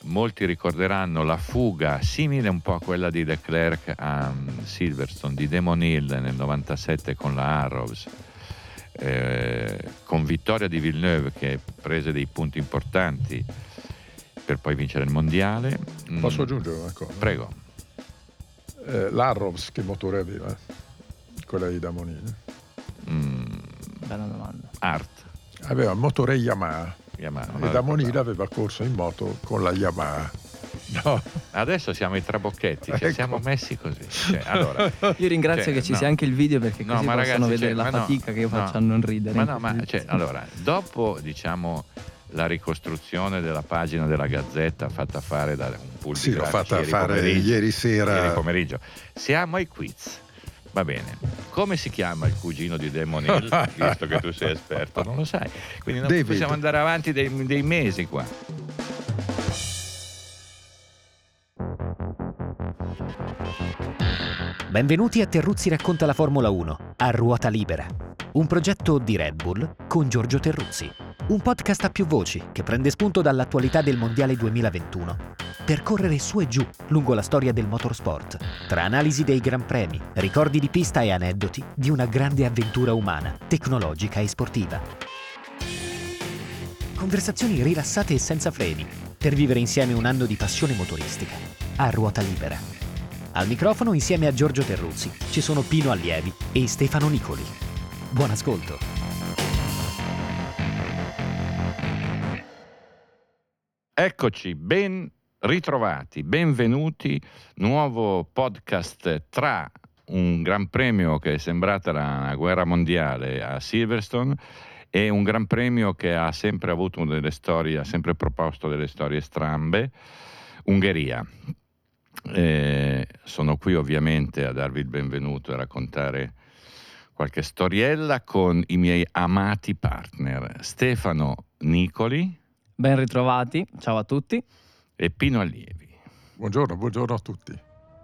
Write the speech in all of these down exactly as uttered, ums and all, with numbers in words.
molti ricorderanno la fuga simile un po' a quella di Leclerc a Silverstone di Damon Hill nel novantasette con la Arrows, eh, con vittoria di Villeneuve che prese dei punti importanti per poi vincere il mondiale. Posso mm. aggiungere una cosa? Prego. Eh, L'Arrows che motore aveva? Quella di Damon Hill? Mm. Bella domanda. Art. Aveva il motore Yamaha, Yamaha e Damon Hill aveva corso in moto con la Yamaha. No. Adesso siamo ai trabocchetti, ci Ecco. siamo messi così. Cioè, allora, Io ringrazio cioè, che ci no. sia anche il video, perché No, così ma possono ragazzi, vedere cioè, la ma no, fatica che io faccio no. a non ridere. Ma in no, ma questi cioè, video. allora, dopo diciamo la ricostruzione della pagina della Gazzetta fatta fare da un pool Sì, di l'ho grafici fatta ieri fare pomeriggio, ieri sera. ieri pomeriggio. Siamo ai quiz. Va bene. Come si chiama il cugino di Damon Hill? Visto che tu sei esperto, non lo sai. Quindi non David. possiamo andare avanti dei, dei mesi qua. Benvenuti a Terruzzi racconta la Formula uno a ruota libera, un progetto di Red Bull con Giorgio Terruzzi, un podcast a più voci che prende spunto dall'attualità del Mondiale duemilaventuno per correre su e giù lungo la storia del motorsport, tra analisi dei gran premi, ricordi di pista e aneddoti di una grande avventura umana, tecnologica e sportiva. Conversazioni rilassate e senza freni per vivere insieme un anno di passione motoristica a ruota libera. Al microfono, insieme a Giorgio Terruzzi, ci sono Pino Allievi e Stefano Nicoli. Buon ascolto. Eccoci, ben ritrovati, benvenuti. Nuovo podcast tra un gran premio che è sembrata una guerra mondiale a Silverstone e un gran premio che ha sempre avuto delle storie, ha sempre proposto delle storie strambe, Ungheria. Eh, sono qui ovviamente a darvi il benvenuto e a raccontare qualche storiella con i miei amati partner Stefano Nicoli. Ben ritrovati, ciao a tutti. E Pino Allievi. Buongiorno, buongiorno a tutti.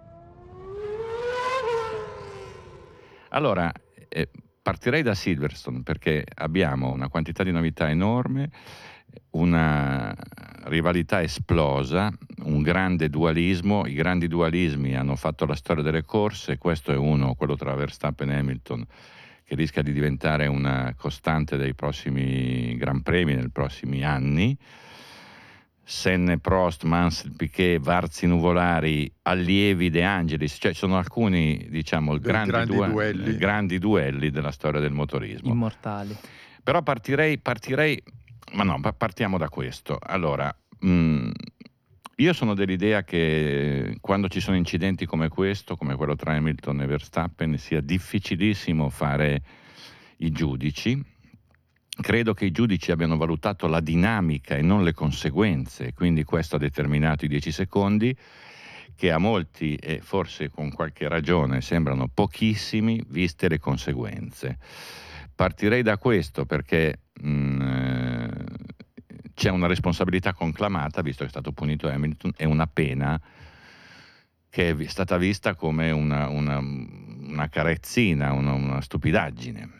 Allora, eh, partirei da Silverstone perché abbiamo una quantità di novità enorme, una rivalità esplosa, un grande dualismo. I grandi dualismi hanno fatto la storia delle corse, questo è uno, quello tra Verstappen e Hamilton, che rischia di diventare una costante dei prossimi Gran Premi, nei prossimi anni. Senna, Prost, Mansell, Piquet, Varzi, Nuvolari, Allievi, De Angelis, cioè sono alcuni, diciamo, grandi, grandi due, duelli. grandi duelli della storia del motorismo. Immortali. Però partirei, partirei, ma no, partiamo da questo. Allora, mh, io sono dell'idea che quando ci sono incidenti come questo, come quello tra Hamilton e Verstappen, sia difficilissimo fare i giudici. Credo che i giudici abbiano valutato la dinamica e non le conseguenze, quindi questo ha determinato i dieci secondi, che a molti, e forse con qualche ragione, sembrano pochissimi viste le conseguenze. Partirei da questo perché mh, c'è una responsabilità conclamata, visto che è stato punito Hamilton, e una pena che è stata vista come una, una, una carezzina, una, una stupidaggine.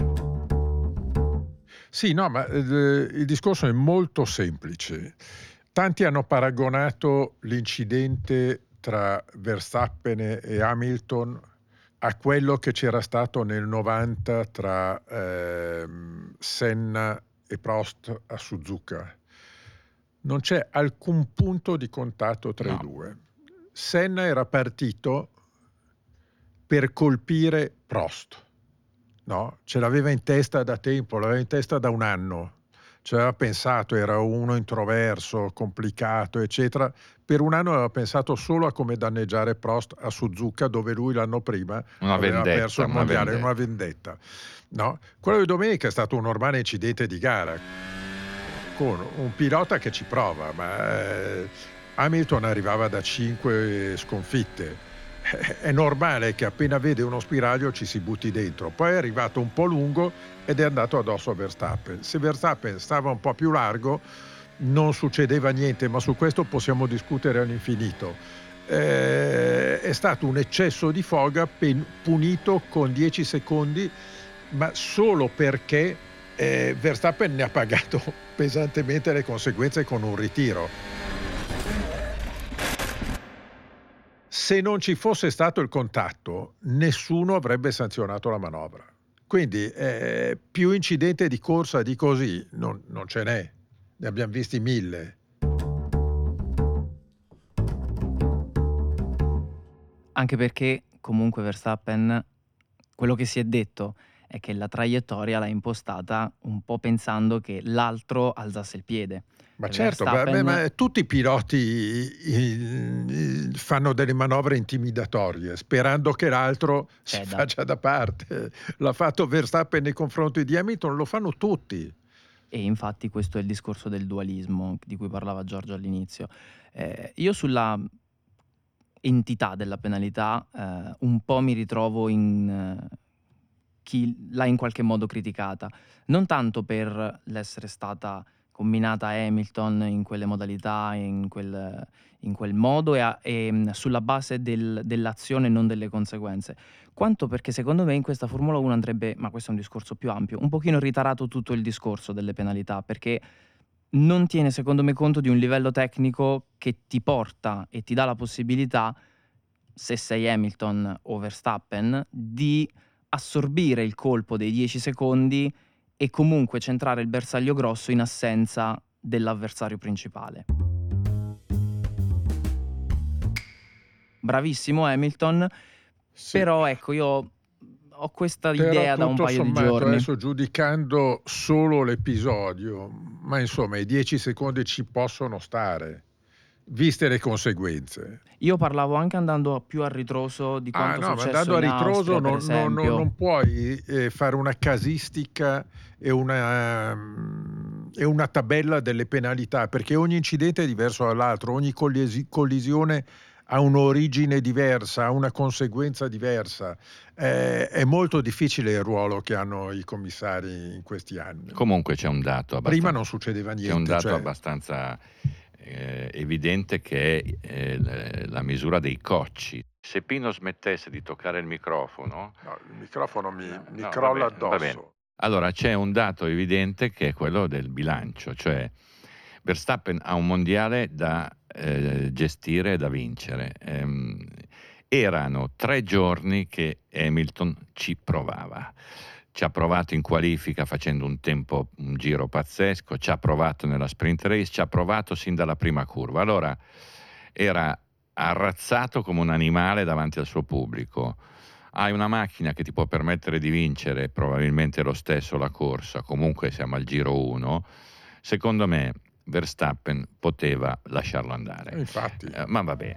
Sì, no, ma eh, il discorso è molto semplice. Tanti hanno paragonato l'incidente tra Verstappen e Hamilton a quello che c'era stato nel novanta tra eh, Senna e Prost a Suzuka. Non c'è alcun punto di contatto tra No. i due. Senna era partito per colpire Prost. No, ce l'aveva in testa da tempo, l'aveva in testa da un anno, ci aveva pensato, era uno introverso, complicato, eccetera. Per un anno aveva pensato solo a come danneggiare Prost a Suzuka, dove lui l'anno prima Una aveva vendetta, perso il una mondiale, vendetta. una vendetta. No? Quello di domenica è stato un normale incidente di gara, con un pilota che ci prova, ma eh, Hamilton arrivava da cinque sconfitte. È normale che appena vede uno spiraglio ci si butti dentro. Poi è arrivato un po' lungo ed è andato addosso a Verstappen. Se Verstappen stava un po' più largo non succedeva niente, ma su questo possiamo discutere all'infinito. Eh, è stato un eccesso di foga pen- punito con dieci secondi, ma solo perché eh, Verstappen ne ha pagato pesantemente le conseguenze con un ritiro. se non ci fosse stato il contatto, nessuno avrebbe sanzionato la manovra. Quindi eh, più incidente di corsa di così non, non ce n'è, ne abbiamo visti mille. Anche perché comunque Verstappen, quello che si è detto è che la traiettoria l'ha impostata un po' pensando che l'altro alzasse il piede. Ma E certo, ma, Verstappen- ma tutti i piloti i- i- fanno delle manovre intimidatorie sperando che l'altro si Ceda. faccia da parte. L'ha fatto Verstappen nei confronti di Hamilton, lo fanno tutti. E infatti questo è il discorso del dualismo di cui parlava Giorgio all'inizio. Eh, io sulla entità della penalità eh, un po' mi ritrovo in eh, chi l'ha in qualche modo criticata, non tanto per l'essere stata combinata a Hamilton in quelle modalità, in quel, in quel modo e, a- e, mh, sulla base del- dell'azione e non delle conseguenze, quanto perché secondo me in questa Formula uno andrebbe, ma questo è un discorso più ampio, un pochino ritarato tutto il discorso delle penalità, perché non tiene secondo me conto di un livello tecnico che ti porta e ti dà la possibilità, se sei Hamilton o Verstappen, di assorbire il colpo dei dieci secondi e comunque centrare il bersaglio grosso in assenza dell'avversario principale. Bravissimo Hamilton, Sì. però ecco, io ho questa Però idea da un tutto paio di sommato, giorni. adesso giudicando solo l'episodio, ma insomma i dieci secondi ci possono stare, viste le conseguenze. Io parlavo anche andando più a ritroso di Ah quanto no, ma successo andando a in ritroso Austria, per non, non- non- esempio. non puoi eh, fare una casistica e una, mm, e una tabella delle penalità, perché ogni incidente è diverso dall'altro, ogni collisi- collisione ha un'origine diversa, ha una conseguenza diversa. Eh, è molto difficile il ruolo che hanno i commissari in questi anni. Comunque c'è un dato abbastanza, Prima non succedeva c'è un niente. dato Cioè, abbastanza eh, evidente che è eh, l- la misura dei cocci. Se Pino smettesse di toccare il microfono, no, il microfono mi, no, mi no, va crolla bene, va bene. addosso. Allora c'è un dato evidente che è quello del bilancio, cioè Verstappen ha un mondiale da eh, gestire e da vincere. Ehm, erano tre giorni che Hamilton ci provava. Ci ha provato in qualifica facendo un tempo, un giro pazzesco, ci ha provato nella sprint race, ci ha provato sin dalla prima curva. Allora era arrazzato come un animale davanti al suo pubblico. Hai una macchina che ti può permettere di vincere probabilmente lo stesso la corsa, comunque siamo al giro uno. Secondo me Verstappen poteva lasciarlo andare. Infatti. Eh, ma vabbè.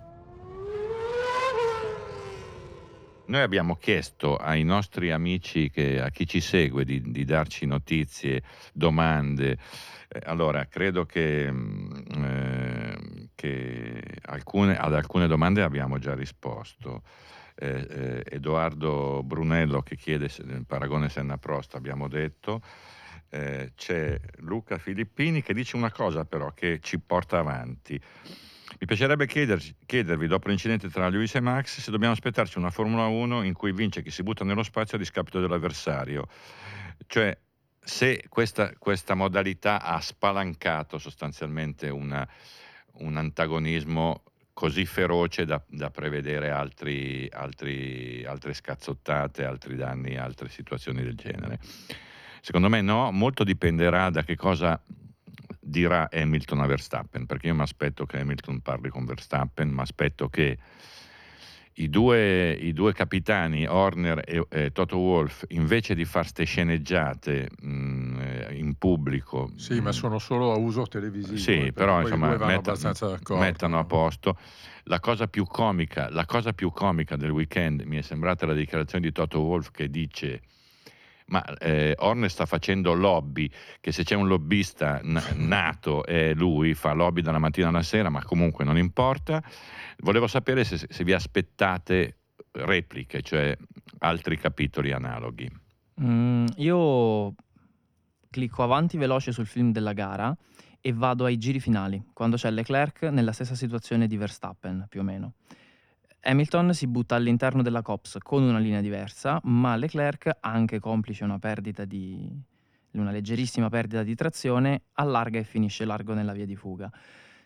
Noi abbiamo chiesto ai nostri amici, che, a chi ci segue, di, di darci notizie, domande. Eh, allora, credo che, mh, eh, che alcune, ad alcune domande abbiamo già risposto. Eh, eh, Edoardo Brunello che chiede se, il paragone Senna-Prost, abbiamo detto. Eh, c'è Luca Filippini che dice una cosa però che ci porta avanti. Mi piacerebbe chiederci- chiedervi, dopo l'incidente tra Lewis e Max, se dobbiamo aspettarci una Formula uno in cui vince chi si butta nello spazio a discapito dell'avversario. Cioè, se questa, questa modalità ha spalancato sostanzialmente una- un antagonismo così feroce da, da prevedere altri, altri, altre scazzottate, altri danni, altre situazioni del genere. Secondo me no, molto dipenderà da che cosa dirà Hamilton a Verstappen, perché io mi aspetto che Hamilton parli con Verstappen, mi aspetto che i due, i due capitani, Horner e, e Toto Wolff, invece di far ste sceneggiate mh, in pubblico, Sì, ma mh, sono solo a uso televisivo. sì, perché però poi insomma i due vanno metta- abbastanza d'accordo. mettano a posto. La cosa più comica, la cosa più comica del weekend mi è sembrata la dichiarazione di Toto Wolff che dice: ma eh, Horner sta facendo lobby, che se c'è un lobbista n- nato è lui, fa lobby dalla mattina alla sera, ma comunque non importa. Volevo sapere se, se vi aspettate repliche, cioè altri capitoli analoghi. Mm, io clicco avanti veloce sul film della gara e vado ai giri finali, quando c'è Leclerc nella stessa situazione di Verstappen, più o meno. Hamilton si butta all'interno della Copse con una linea diversa, ma Leclerc, anche complice una perdita di una leggerissima perdita di trazione, allarga e finisce largo nella via di fuga.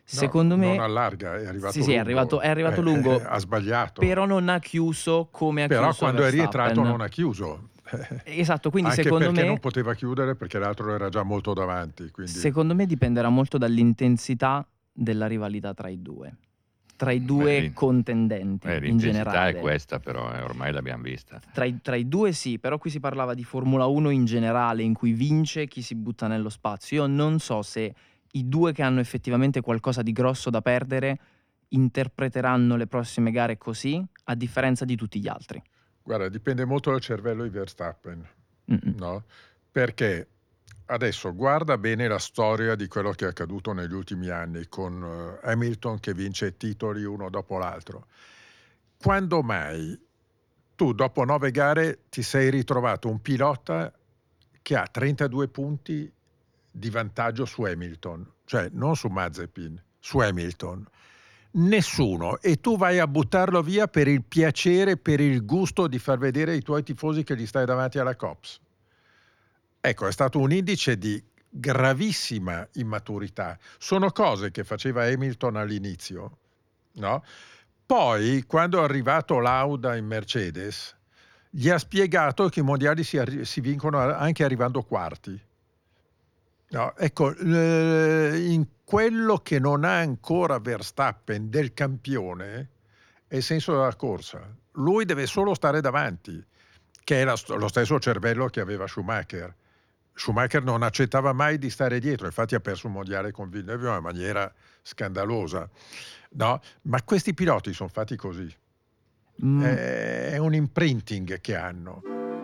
Secondo no, me non allarga, è arrivato sì, lungo. sì, è arrivato, è arrivato eh, lungo, eh, ha sbagliato. però non ha chiuso come ha Però chiuso quando è rientrato Verstappen. non ha chiuso. Esatto, quindi Anche secondo perché me, non poteva chiudere perché l'altro era già molto davanti. Quindi... secondo me dipenderà molto dall'intensità della rivalità tra i due, tra i due Beh, contendenti eh, in l'intensità generale. è questa, però eh, ormai l'abbiamo vista. Tra i, tra i due sì, però qui si parlava di Formula uno in generale, in cui vince chi si butta nello spazio. Io non so se i due che hanno effettivamente qualcosa di grosso da perdere interpreteranno le prossime gare così, a differenza di tutti gli altri. Guarda, dipende molto dal cervello di Verstappen, Mm-mm. no? Perché adesso guarda bene la storia di quello che è accaduto negli ultimi anni con uh, Hamilton che vince titoli uno dopo l'altro. Quando mai tu dopo nove gare ti sei ritrovato un pilota che ha trentadue punti di vantaggio su Hamilton, cioè non su Mazepin, su Hamilton? Nessuno, e tu vai a buttarlo via per il piacere, per il gusto di far vedere ai tuoi tifosi che gli stai davanti alla Cops. Ecco, è stato un indice di gravissima immaturità. Sono cose che faceva Hamilton all'inizio, no? Poi, quando è arrivato Lauda in Mercedes, gli ha spiegato che i mondiali si, arri- si vincono anche arrivando quarti. No, ecco, eh, in quello che non ha ancora Verstappen del campione è il senso della corsa. Lui deve solo stare davanti, che è la, lo stesso cervello che aveva Schumacher. Schumacher non accettava mai di stare dietro, infatti ha perso un mondiale con Villeneuve in una maniera scandalosa. No? Ma questi piloti sono fatti così. Mm. È un imprinting che hanno.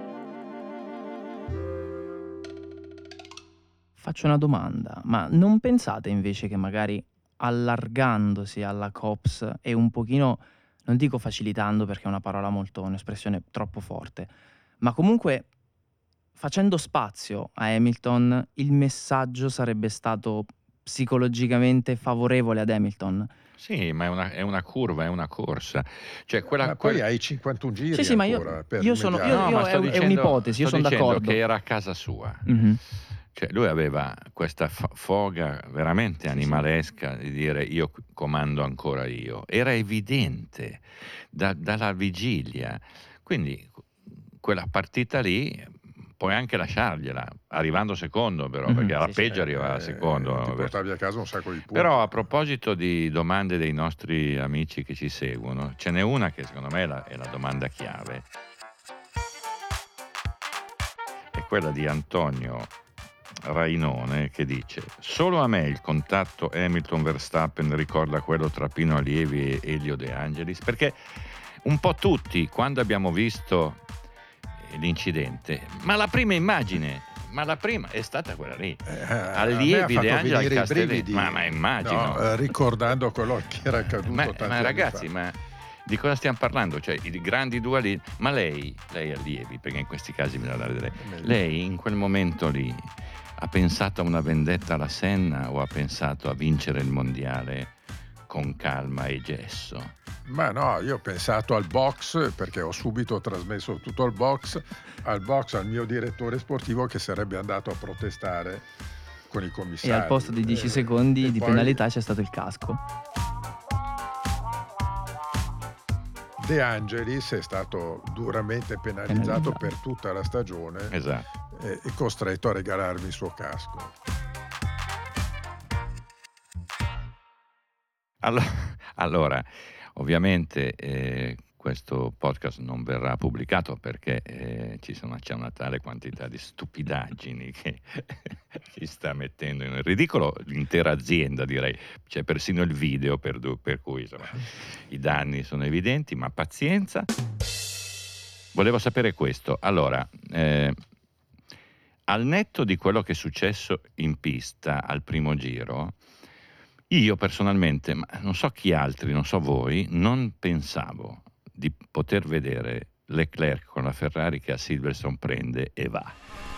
Faccio una domanda, ma non pensate invece che magari allargandosi alla Cops e un pochino, non dico facilitando perché è una parola molto, un'espressione troppo forte, ma comunque facendo spazio a Hamilton, il messaggio sarebbe stato psicologicamente favorevole ad Hamilton? Sì, ma è una, è una curva, è una corsa. Cioè, quella, Ma poi quella... hai cinquantuno giri Sì, sì, ma io, ancora per io sono, io, rimediare. io ma è, sto è dicendo- un'ipotesi, io sto sono dicendo d'accordo. che era a casa sua. Mhm. Cioè, lui aveva questa fo- foga veramente Sì, sì. animalesca di dire io comando ancora io. Era evidente da- dalla vigilia. Quindi quella partita lì puoi anche lasciargliela, arrivando secondo però, Mhm, perché alla sì, sì. peggio arrivava Eh, secondo. ti portavi a casa un sacco di punti. Però a proposito di domande dei nostri amici che ci seguono, ce n'è una che secondo me è la, è la domanda chiave. È quella di Antonio Rainone che dice: solo a me il contatto Hamilton-Verstappen ricorda quello tra Pino Allievi e Elio De Angelis? Perché un po' tutti, quando abbiamo visto l'incidente, ma la prima immagine, ma la prima è stata quella lì. Eh, a Allievi me ha De fatto Angeli al venire i Castelletto. brividi. Ma, ma immagino. No, eh, ricordando quello che era accaduto Ma, tanti ma anni ragazzi, fa. ma di cosa stiamo parlando? Cioè, i grandi duali. Ma lei, lei Allievi, perché in questi casi bisogna dare lei. Lei in quel momento lì ha pensato a una vendetta alla Senna o ha pensato a vincere il mondiale con calma e gesso? Ma no, io ho pensato al box, perché ho subito trasmesso tutto il box, al box al mio direttore sportivo che sarebbe andato a protestare con i E commissari. al posto di dieci Eh, secondi e di poi penalità c'è stato il casco. De Angelis è stato duramente penalizzato Penalizzato. per tutta la stagione Esatto. e e costretto a regalarmi il suo casco. Allora, allora ovviamente eh, questo podcast non verrà pubblicato perché eh, ci sono, c'è una tale quantità di stupidaggini che ci sta mettendo in ridicolo l'intera azienda, direi. C'è persino il video per, du- per cui insomma, i danni sono evidenti, ma pazienza. Volevo sapere questo. Allora, eh, al netto di quello che è successo in pista al primo giro, io personalmente, ma non so chi altri, non so voi, non pensavo di poter vedere Leclerc con la Ferrari che a Silverstone prende e va.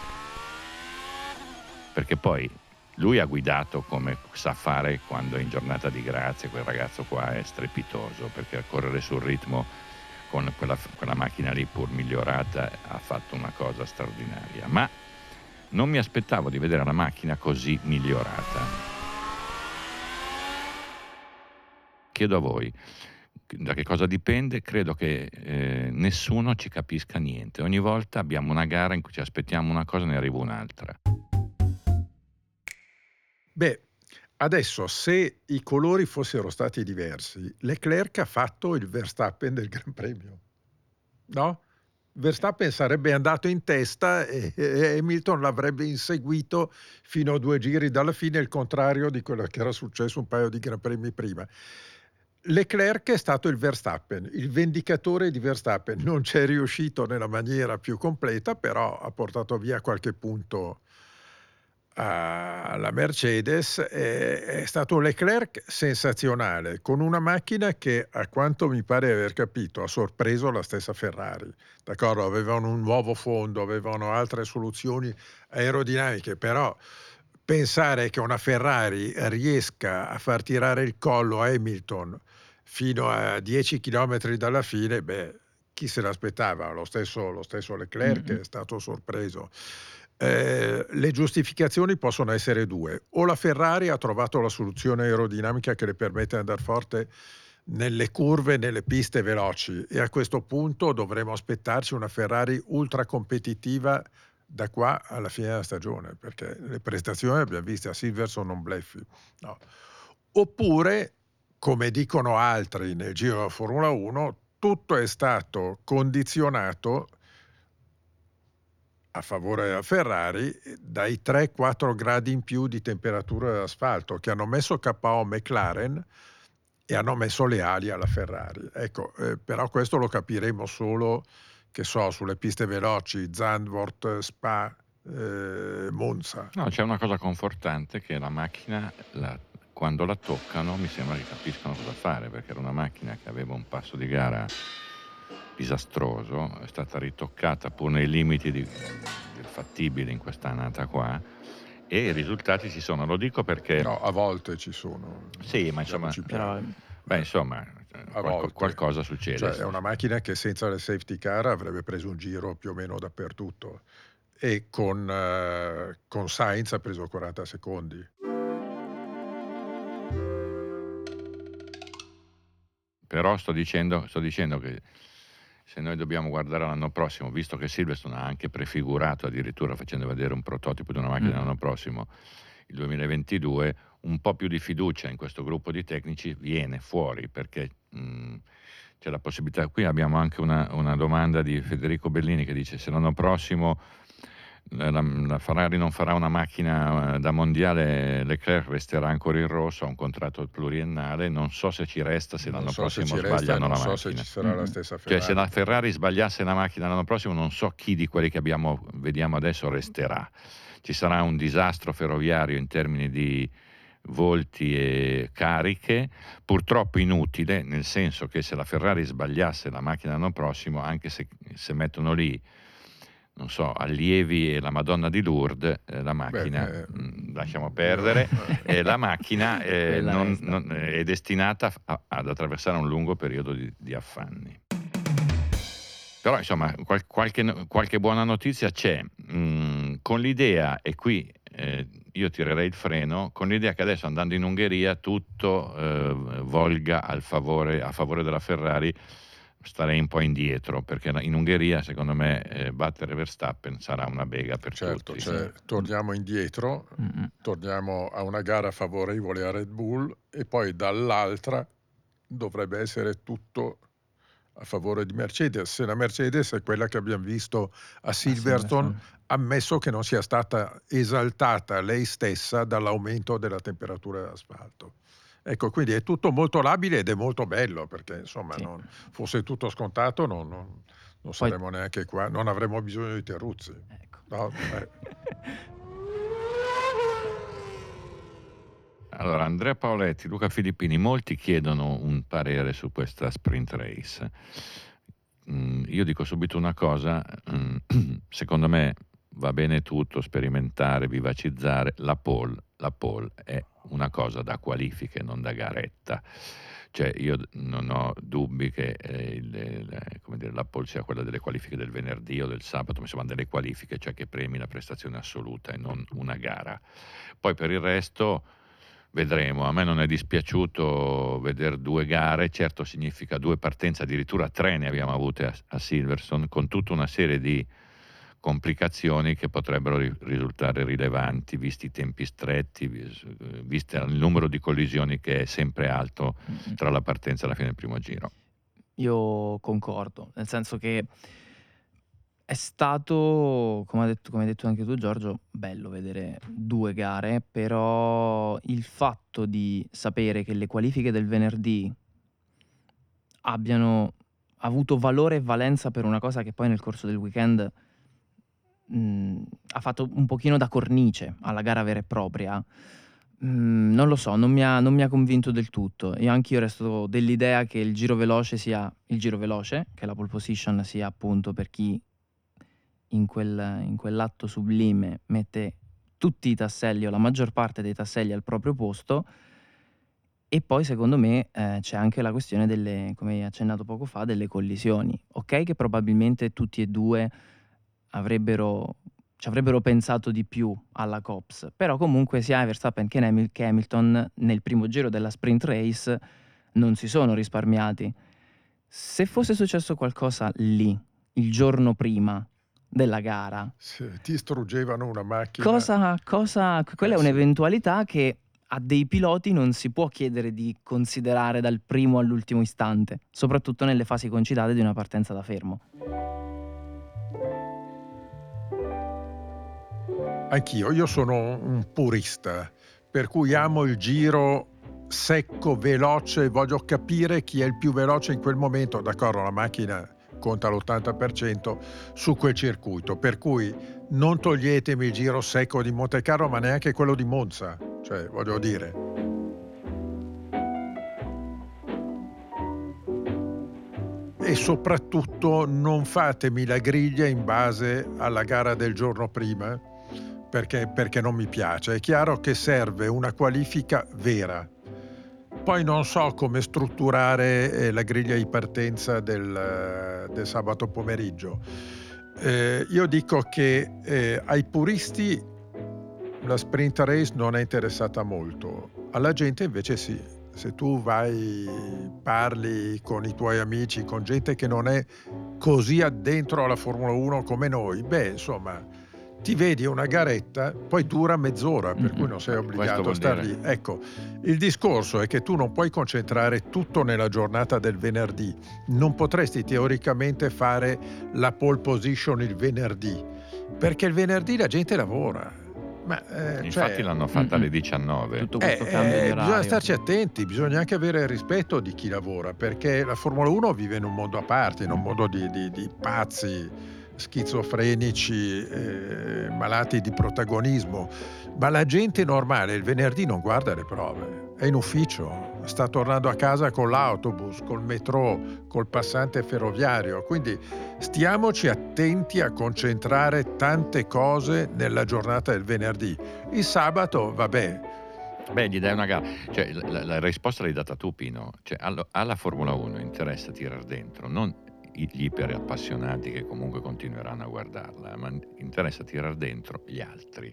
Perché poi lui ha guidato come sa fare quando è in giornata di grazia, quel ragazzo qua è strepitoso, perché a correre sul ritmo con quella, quella macchina lì pur migliorata ha fatto una cosa straordinaria. Ma non mi aspettavo di vedere la macchina così migliorata. chiedo a voi, da che cosa dipende? Credo che eh, nessuno ci capisca niente. Ogni volta abbiamo una gara in cui ci aspettiamo una cosa e ne arriva un'altra. Beh, adesso se i colori fossero stati diversi, Leclerc ha fatto il Verstappen del Gran Premio, no? Verstappen sarebbe andato in testa e e Hamilton l'avrebbe inseguito fino a due giri dalla fine, il contrario di quello che era successo un paio di Gran Premi prima. Leclerc è stato il Verstappen, il vendicatore di Verstappen. Non c'è riuscito nella maniera più completa, però ha portato via qualche punto alla Mercedes. È, è stato un Leclerc sensazionale, con una macchina che, a quanto mi pare aver capito, ha sorpreso la stessa Ferrari. D'accordo, avevano un nuovo fondo, avevano altre soluzioni aerodinamiche, però pensare che una Ferrari riesca a far tirare il collo a Hamilton fino a dieci chilometri dalla fine, beh, chi se l'aspettava? Lo stesso, lo stesso Leclerc Mm-mm. è stato sorpreso. Eh, le giustificazioni possono essere due: o la Ferrari ha trovato la soluzione aerodinamica che le permette di andare forte nelle curve, nelle piste veloci, e a questo punto dovremo aspettarci una Ferrari ultra competitiva da qua alla fine della stagione, perché le prestazioni abbiamo viste a Silverstone, non bleffi, no. Oppure, come dicono altri nel giro della Formula uno, tutto è stato condizionato a favore della Ferrari dai tre quattro gradi in più di temperatura dell'asfalto, che hanno messo K O McLaren e hanno messo le ali alla Ferrari. Ecco, eh, però questo lo capiremo solo, che so, sulle piste veloci, Zandvoort, Spa, eh, Monza. No, c'è una cosa confortante, che la macchina, la, quando la toccano, mi sembra che capiscano cosa fare, perché era una macchina che aveva un passo di gara disastroso, è stata ritoccata pur nei limiti di, del fattibile in questa annata qua, e i risultati ci sono. Lo dico perché No, a volte ci sono. sì, ma insomma, Diamoci Però piano. beh, insomma, A qualco- volte. qualcosa succede. Cioè, è una macchina che senza le safety car avrebbe preso un giro più o meno dappertutto, e con, eh, con Sainz ha preso quaranta secondi. Però sto dicendo, sto dicendo che se noi dobbiamo guardare l'anno prossimo, visto che Silverstone ha anche prefigurato, addirittura facendo vedere un prototipo di una macchina Mm. l'anno prossimo, il duemilaventidue, un po' più di fiducia in questo gruppo di tecnici viene fuori, perché mh, c'è la possibilità. Qui abbiamo anche una, una domanda di Federico Bellini che dice: se l'anno prossimo la, la Ferrari non farà una macchina da mondiale, Leclerc resterà ancora in rosso, ha un contratto pluriennale, non so se ci resta, se Non l'anno so se prossimo ci resta, sbagliano non la so se macchina. ci sarà la Mm-mm. stessa Cioè, Ferrari. se la Ferrari sbagliasse la macchina l'anno prossimo, non so chi di quelli che abbiamo, vediamo adesso resterà. Ci sarà un disastro ferroviario in termini di volti e cariche, purtroppo inutile, nel senso che se la Ferrari sbagliasse la macchina l'anno prossimo, anche se, se mettono lì, non so, allievi e la Madonna di Lourdes, eh, la macchina, Beh, eh, mh, lasciamo perdere, eh, eh, la macchina eh, Quella non- resta. non- è destinata a- ad attraversare un lungo periodo di, di affanni. Però insomma qual- qualche, qualche buona notizia c'è, mh, con l'idea, e qui eh, io tirerei il freno, con l'idea che adesso, andando in Ungheria, tutto eh, volga al favore, a favore della Ferrari. Starei un po' indietro, perché in Ungheria secondo me eh, battere Verstappen sarà una bega per certo, tutti. cioè, torniamo indietro, Mm-mm. torniamo a una gara favorevole a Red Bull, e poi dall'altra dovrebbe essere tutto a favore di Mercedes. Se la Mercedes è quella che abbiamo visto a A Silverstone, Silverstone. ammesso che non sia stata esaltata lei stessa dall'aumento della temperatura dell'asfalto. Ecco, quindi è tutto molto labile ed è molto bello, perché insomma, Sì. non fosse tutto scontato non, non- non Poi- saremmo neanche qua, non avremmo bisogno di Terruzzi. Ecco. No? Eh. Allora, Andrea Paoletti, Luca Filippini, molti chiedono un parere su questa sprint race. Mm, io dico subito una cosa, mm, secondo me va bene tutto, sperimentare, vivacizzare, la pole, la pole è una cosa da qualifiche, non da garetta. Cioè, io non ho dubbi che eh, il- il- come dire, la pole sia quella delle qualifiche del venerdì o del sabato, ma insomma delle qualifiche, cioè che premi la prestazione assoluta e non una gara. Poi per il resto vedremo. A me non è dispiaciuto vedere due gare, certo significa due partenze, addirittura tre ne abbiamo avute a, a Silverstone, con tutta una serie di complicazioni che potrebbero ri- risultare rilevanti, visti i tempi stretti, vis- visto il numero di collisioni che è sempre alto Mm-mm. tra la partenza e la fine del primo giro. Io concordo, nel senso che è stato, come hai detto, come hai detto anche tu Giorgio, bello vedere due gare, però il fatto di sapere che le qualifiche del venerdì abbiano avuto valore e valenza per una cosa che poi nel corso del weekend mh, ha fatto un pochino da cornice alla gara vera e propria, mh, non lo so, non mi ha, non mi ha convinto del tutto. Io anch'io resto dell'idea che il giro veloce sia il giro veloce, che la pole position sia appunto per chi in, quel, in quell'atto sublime mette tutti i tasselli o la maggior parte dei tasselli al proprio posto. E poi secondo me eh, c'è anche la questione delle, come hai accennato poco fa, delle collisioni. Ok che probabilmente tutti e due avrebbero, ci avrebbero pensato di più alla Copse, però comunque sia Verstappen che Hamil- che Hamilton nel primo giro della sprint race non si sono risparmiati. Se fosse successo qualcosa lì, il giorno prima della gara, Se ti struggevano una macchina. cosa, cosa, quella Eh, è sì. un'eventualità che a dei piloti non si può chiedere di considerare dal primo all'ultimo istante, soprattutto nelle fasi concitate di una partenza da fermo. Anch'io, io sono un purista, per cui amo il giro secco, veloce, voglio capire chi è il più veloce in quel momento. D'accordo, la macchina conta l'ottanta per cento su quel circuito, per cui non toglietemi il giro secco di Monte Carlo, ma neanche quello di Monza, cioè voglio dire. E soprattutto non fatemi la griglia in base alla gara del giorno prima, perché, perché non mi piace. È chiaro che serve una qualifica vera. Poi non so come strutturare eh, la griglia di partenza del, del sabato pomeriggio. Eh, io dico che eh, ai puristi la sprint race non è interessata molto, alla gente invece sì. Se tu vai, parli con i tuoi amici, con gente che non è così addentro alla Formula uno come noi, beh, insomma, ti vedi una garetta, poi dura mezz'ora, per Mm-mm. cui non sei Questo obbligato a vuol star dire- lì. Ecco, il discorso è che tu non puoi concentrare tutto nella giornata del venerdì. Non potresti teoricamente fare la pole position il venerdì, perché il venerdì la gente lavora. Ma, eh, Infatti cioè, l'hanno fatta Mm-mm. alle diciannove. Tutto eh, questo cambio di eh, bisogna orario. starci attenti, bisogna anche avere rispetto di chi lavora, perché la Formula uno vive in un mondo a parte, in un mondo di, di, di pazzi, schizofrenici, eh, malati di protagonismo, ma la gente normale il venerdì non guarda le prove, è in ufficio, sta tornando a casa con l'autobus, col metro, col passante ferroviario, quindi stiamoci attenti a concentrare tante cose nella giornata del venerdì. Il sabato, vabbè. Beh, gli dai una gara. Cioè, la, la risposta l'hai data tu, Pino. Cioè, allo- alla Formula uno interessa tirare dentro, non i- gli iper appassionati che comunque continueranno a guardarla, ma interessa tirare dentro gli altri.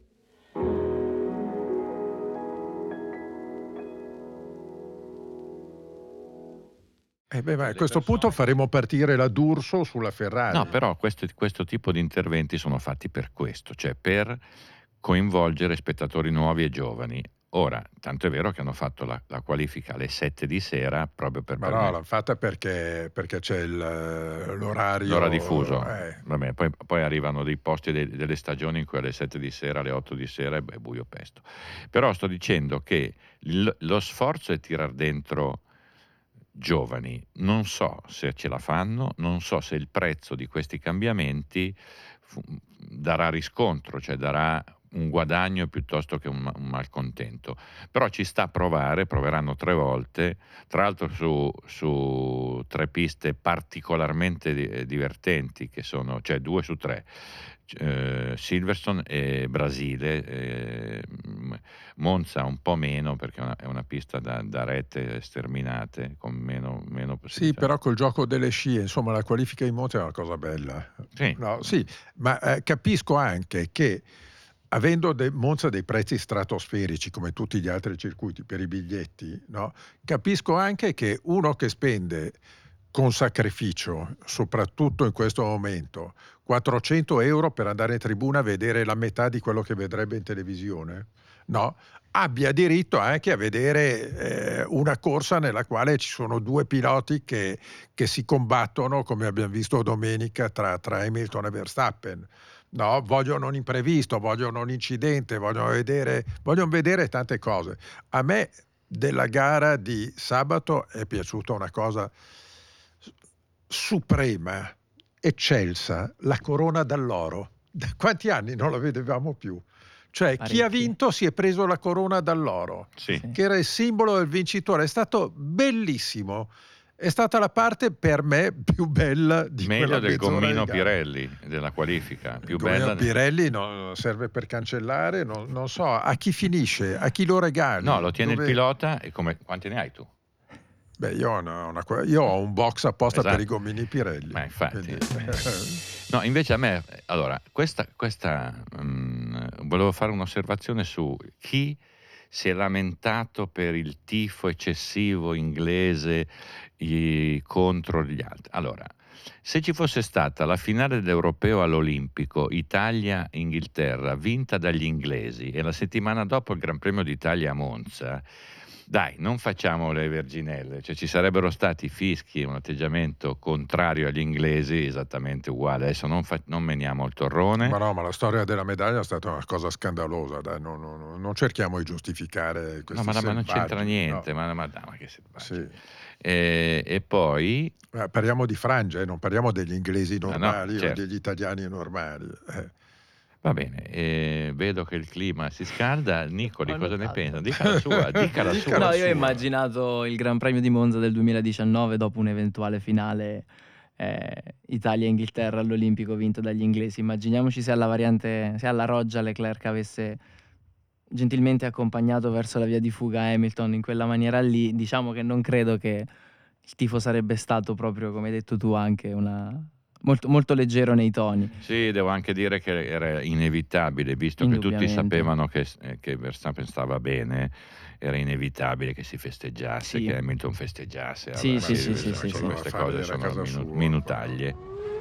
Eh beh, ma a Le questo persone- punto faremo partire la D'Urso sulla Ferrari. No, però questo, questo tipo di interventi sono fatti per questo, cioè per coinvolgere spettatori nuovi e giovani. Ora, tanto è vero che hanno fatto la, la qualifica alle sette di sera proprio per Ma no, permettere- l'hanno fatta perché, perché c'è il- l'orario. l'ora diffuso. eh. Vabbè, poi, poi arrivano dei posti, de- delle stagioni in cui alle sette di sera, alle otto di sera è, è buio pesto. Però sto dicendo che il- lo sforzo è tirar dentro giovani. Non so se ce la fanno, non so se il prezzo di questi cambiamenti fu- darà riscontro, cioè darà un guadagno piuttosto che un, un malcontento. Però ci sta a provare, proveranno tre volte, tra l'altro su, su tre piste particolarmente di- divertenti, che sono, cioè due su tre, eh, Silverstone e Brasile, eh, Monza un po' meno perché è una, è una pista da, da rette sterminate con meno, meno Sì, possibilità. però col gioco delle scie, insomma, la qualifica in monte è una cosa bella. Sì. No, sì, ma eh, capisco anche che avendo de- Monza dei prezzi stratosferici come tutti gli altri circuiti per i biglietti, no? Capisco anche che uno che spende con sacrificio, soprattutto in questo momento, quattrocento euro per andare in tribuna a vedere la metà di quello che vedrebbe in televisione, no? Abbia diritto anche a vedere eh, una corsa nella quale ci sono due piloti che, che si combattono, come abbiamo visto domenica, tra, tra Hamilton e Verstappen. No, vogliono un imprevisto, vogliono un incidente, vogliono vedere, vogliono vedere tante cose. A me della gara di sabato è piaciuta una cosa suprema, eccelsa, la corona d'alloro. Da quanti anni non la vedevamo più? Cioè, chi ha Parecchi. vinto si è preso la corona d'alloro, Sì. Sì. che era il simbolo del vincitore. È stato bellissimo. È stata la parte per me più bella di Meglio quella del mezz'ora di gommino gara. Pirelli della qualifica, più Il gommino bella. Pirelli no, serve per cancellare, non, non so a chi finisce, a chi lo regali. No, lo tiene dove... il pilota e come quanti ne hai tu? Beh, io ho, una, una, io ho un box apposta Esatto. per i gommini Pirelli. Ma infatti. Quindi... No, invece a me, allora, questa, questa um, volevo fare un'osservazione su chi si è lamentato per il tifo eccessivo inglese i, contro gli altri. Allora, se ci fosse stata la finale dell'Europeo all'Olimpico, Italia-Inghilterra, vinta dagli inglesi, e la settimana dopo il Gran Premio d'Italia a Monza, dai, non facciamo le verginelle, cioè ci sarebbero stati fischi e un atteggiamento contrario agli inglesi esattamente uguale. Adesso non, fa- non meniamo il torrone. Ma no, ma la storia della medaglia è stata una cosa scandalosa, dai, non, non, non cerchiamo di giustificare questi No, ma, ma non c'entra selvaggi, niente, no. ma, ma, ma che selvaggi. Sì. E, e poi... Eh, parliamo di frange, eh, non parliamo degli inglesi no, normali certo. o degli italiani normali. Eh. Va bene, eh, vedo che il clima si scalda. Nicoli, Ho cosa ne notato. pensa? Dica la sua, dica la Dica sua. la No, io sua. ho immaginato il Gran Premio di Monza del duemiladiciannove dopo un'eventuale finale eh, Italia-Inghilterra all'Olimpico vinto dagli inglesi. Immaginiamoci se alla variante, se alla Roggia Leclerc avesse gentilmente accompagnato verso la via di fuga Hamilton in quella maniera lì. Diciamo che non credo che il tifo sarebbe stato proprio, come hai detto tu, anche una... Molto, molto leggero nei toni. Sì, devo anche dire che era inevitabile, visto che tutti Indubbiamente. sapevano che, eh, che Verstappen stava bene, era inevitabile che si festeggiasse, Sì. che Hamilton festeggiasse. Sì, Allora, sì, eh, sì, sì, queste sì, sì. queste Fare cose della sono casa minu- sua, minutaglie.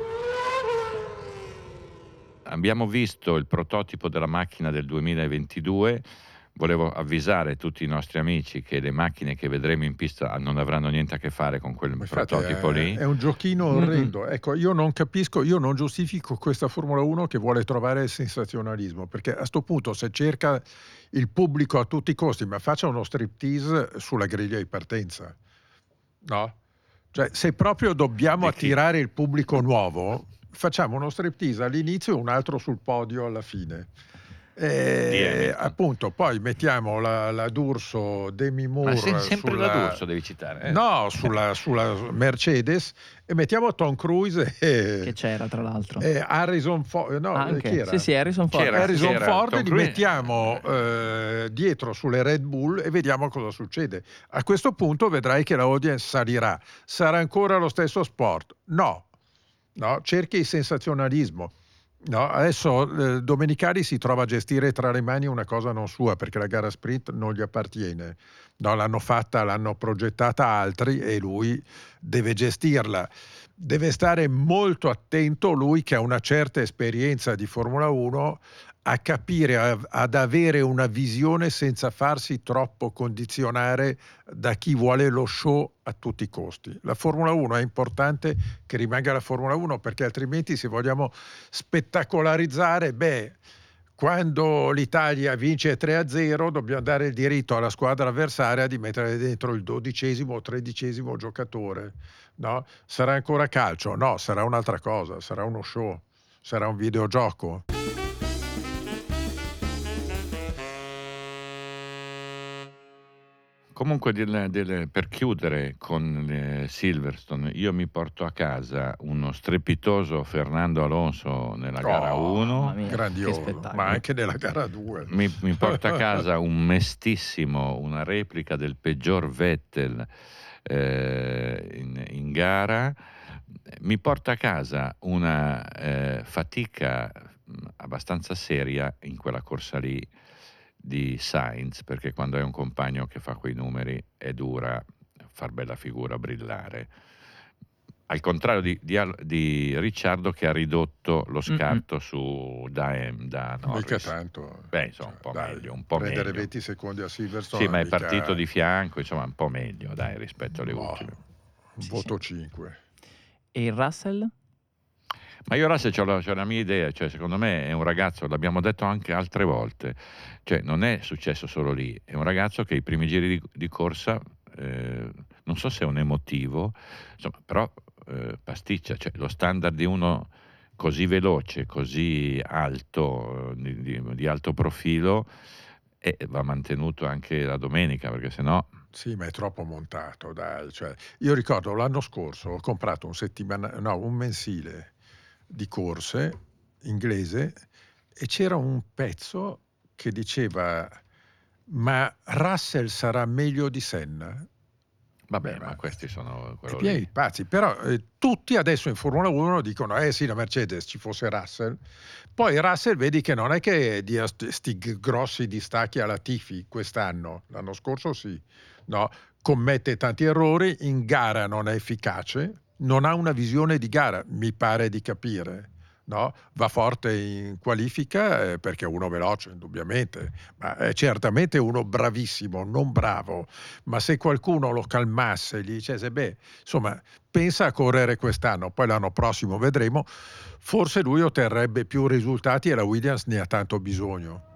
Abbiamo visto il prototipo della macchina del duemilaventidue. Volevo avvisare tutti i nostri amici che le macchine che vedremo in pista non avranno niente a che fare con quel Ma infatti prototipo è, lì. è un giochino Mm-mm. orrendo. Ecco, io non capisco, io non giustifico questa Formula uno che vuole trovare il sensazionalismo, perché a sto punto se cerca il pubblico a tutti i costi, ma faccia uno striptease sulla griglia di partenza, no? Cioè, se proprio dobbiamo Di chi? attirare il pubblico nuovo, facciamo uno striptease all'inizio e un altro sul podio alla fine. Di E, Hamilton. appunto, poi mettiamo la, la D'Urso Demi Moore Ma se- sempre sulla, la D'Urso devi citare. eh. no, sulla, sulla Mercedes, e mettiamo Tom Cruise e, Che c'era tra l'altro. e Harrison Ford. No, Anche. chi era? Sì, sì, Harrison Ford. C'era- Harrison c'era Ford, Tom li Cruise. mettiamo eh, dietro sulle Red Bull e vediamo cosa succede. A questo punto vedrai che la audience salirà. Sarà ancora lo stesso sport? No, no, cerchi il sensazionalismo. No, adesso eh, Domenicali si trova a gestire tra le mani una cosa non sua, perché la gara sprint non gli appartiene. No, l'hanno fatta, l'hanno progettata altri e lui deve gestirla. Deve stare molto attento, lui che ha una certa esperienza di Formula uno, a capire, a- ad avere una visione senza farsi troppo condizionare da chi vuole lo show a tutti i costi. La Formula uno è importante che rimanga la Formula uno, perché altrimenti, se vogliamo spettacolarizzare, beh, quando l'Italia vince tre a zero dobbiamo dare il diritto alla squadra avversaria di mettere dentro il dodicesimo o tredicesimo giocatore, no? Sarà ancora calcio? No, sarà un'altra cosa, sarà uno show, sarà un videogioco. Comunque, del- del- per chiudere con eh, Silverstone, io mi porto a casa uno strepitoso Fernando Alonso nella gara Oh, uno. Mamma mia, che grandioso, spettacolo. ma anche nella gara due. Mi, mi porto a casa un mestissimo, una replica del peggior Vettel eh, in, in gara. Mi porta a casa una eh, fatica mh, abbastanza seria in quella corsa lì di Sainz, perché quando hai un compagno che fa quei numeri è dura far bella figura, brillare. Al contrario di, di, di Ricciardo, che ha ridotto lo scarto su da, da Norris. Mica tanto. Beh, insomma, Cioè, un po' dai, meglio, un po' prendere meglio. venti secondi a Silverstone. Sì, ma è mica... partito di fianco, insomma, un po' meglio, dai, rispetto alle boh, ultime. Sì, voto sì. cinque. E il Russell? Ma io Russell c'ho la, c'ho la mia idea, cioè secondo me è un ragazzo, l'abbiamo detto anche altre volte, cioè non è successo solo lì, è un ragazzo che i primi giri di, di corsa, eh, non so se è un emotivo, insomma, però eh, pasticcia, cioè lo standard di uno così veloce, così alto, di, di, di alto profilo, e va mantenuto anche la domenica, perché sennò... Sì, ma è troppo montato, dai. Cioè, io ricordo l'anno scorso ho comprato un settimana, no, un mensile di corse inglese e c'era un pezzo che diceva: ma Russell sarà meglio di Senna? Vabbè, Beh, ma ma questi sono è quello pieno lì. di pazzi, però eh, tutti adesso in Formula uno dicono: eh sì, la Mercedes ci fosse Russell. Poi Russell vedi che non è che dia st- sti g- grossi distacchi alla Tifi quest'anno, l'anno scorso sì, no, commette tanti errori, in gara non è efficace, non ha una visione di gara, mi pare di capire. No? Va forte in qualifica eh, perché è uno veloce, indubbiamente, ma è certamente uno bravissimo, non bravo. Ma se qualcuno lo calmasse e gli dicesse: beh, insomma, pensa a correre quest'anno, poi l'anno prossimo vedremo, forse lui otterrebbe più risultati e la Williams ne ha tanto bisogno.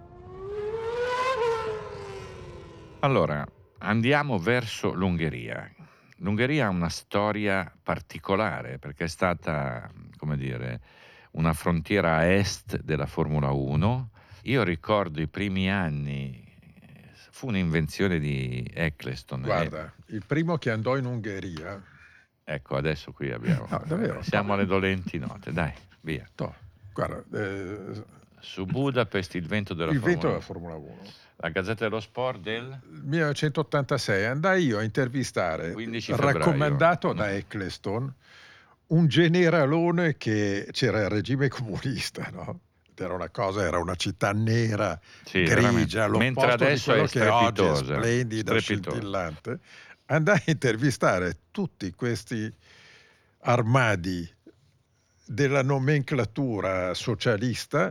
Allora, andiamo verso l'Ungheria. L'Ungheria ha una storia particolare perché è stata, come dire, una frontiera a est della Formula uno. Io ricordo i primi anni, fu un'invenzione di Eccleston. Guarda, e, il primo che andò in Ungheria, ecco, adesso qui abbiamo, no, davvero, eh, siamo no, alle dolenti note, dai, via. no, guarda, eh, Su Budapest il vento della il vento Formula della uno. Formula uno. La Gazzetta dello Sport del millenovecentottantasei andai io a intervistare, quindici febbraio. raccomandato Mm. da Eccleston, un generalone che c'era il regime comunista, no? Era una cosa, era una città nera, Sì, veramente. grigia, Mentre l'opposto di adesso quello è che oggi è strepitosa, splendido, strepitosa. scintillante. Andai a intervistare tutti questi armadi della nomenclatura socialista,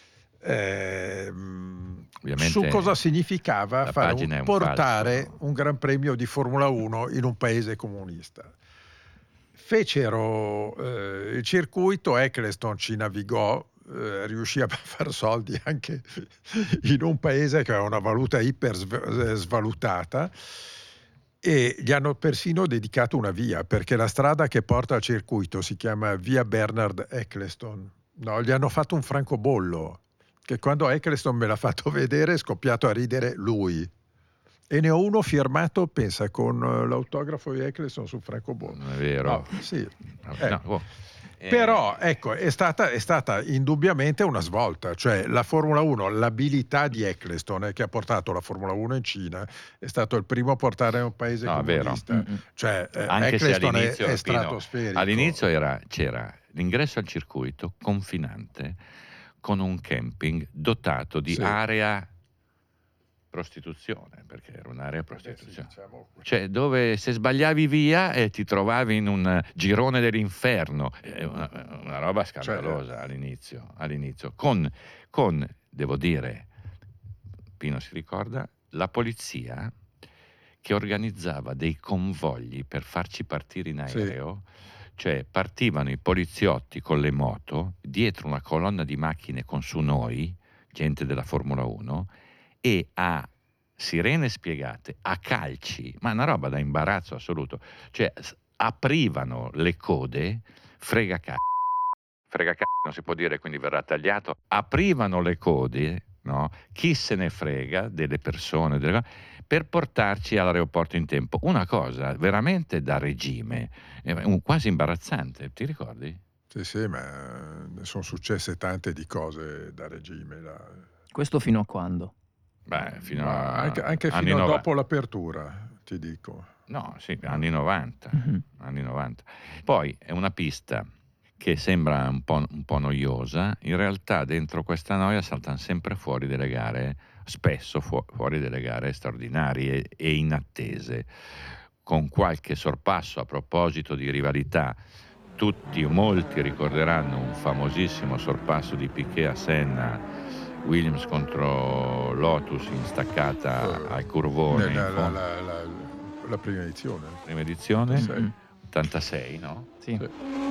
ehm, su Ovviamente cosa significava la fare un, pagina è un portare falso. un Gran Premio di Formula uno in un paese comunista. Fecero eh, il circuito, Eccleston ci navigò, eh, riuscì a far soldi anche in un paese che aveva una valuta iper sv- svalutata, e gli hanno persino dedicato una via, perché la strada che porta al circuito si chiama via Bernard Eccleston. No, gli hanno fatto un francobollo, che quando Eccleston me l'ha fatto vedere è scoppiato a ridere lui. E ne ho uno firmato, pensa, con l'autografo di Eccleston sul francobollo. Non è vero? No, sì. No, Eh. oh. eh, Però ecco, è stata, è stata indubbiamente una svolta, cioè la Formula uno, l'abilità di Eccleston, eh, che ha portato la Formula uno in Cina, è stato il primo a portare in un paese No, è vero. comunista. Mm-mm. Cioè eh, Anche se Eccleston è, all'inizio, è Pino, stratosferico. all'inizio era, c'era l'ingresso al circuito confinante con un camping dotato di Sì. area prostituzione, perché era un'area Eh beh, prostituzione. sì, diciamo. Cioè, dove se sbagliavi via e ti trovavi in un girone dell'inferno. È una, una roba scandalosa Cioè, all'inizio, all'inizio. Con, con, devo dire, Pino si ricorda, la polizia che organizzava dei convogli per farci partire in Sì. aereo. Cioè partivano i poliziotti con le moto dietro una colonna di macchine con su noi, gente della Formula uno, e a sirene spiegate, a calci, ma una roba da imbarazzo assoluto. Cioè s- aprivano le code, frega cazzo, frega cazzo non si può dire, quindi verrà tagliato, aprivano le code, no? Chi se ne frega delle persone, delle cose, per portarci all'aeroporto in tempo. Una cosa veramente da regime, eh, un- quasi imbarazzante, ti ricordi? Sì, sì, ma ne sono successe tante di cose da regime. Là. Questo fino a quando? Beh, fino Ma a anche, anche anni fino a nova- dopo l'apertura, ti dico. No, sì, anni novanta, Mhm. anni novanta. Poi è una pista che sembra un po', un po' noiosa, in realtà dentro questa noia saltano sempre fuori delle gare, spesso fu- fuori delle gare straordinarie e inattese, con qualche sorpasso. A proposito di rivalità, tutti o molti ricorderanno un famosissimo sorpasso di Piquet a Senna, Williams contro Lotus in staccata Eh, al curvone, la, in la- fondo, la- la- la prima edizione. prima edizione, Sì. Mm, ottantasei, no? sì. Sì.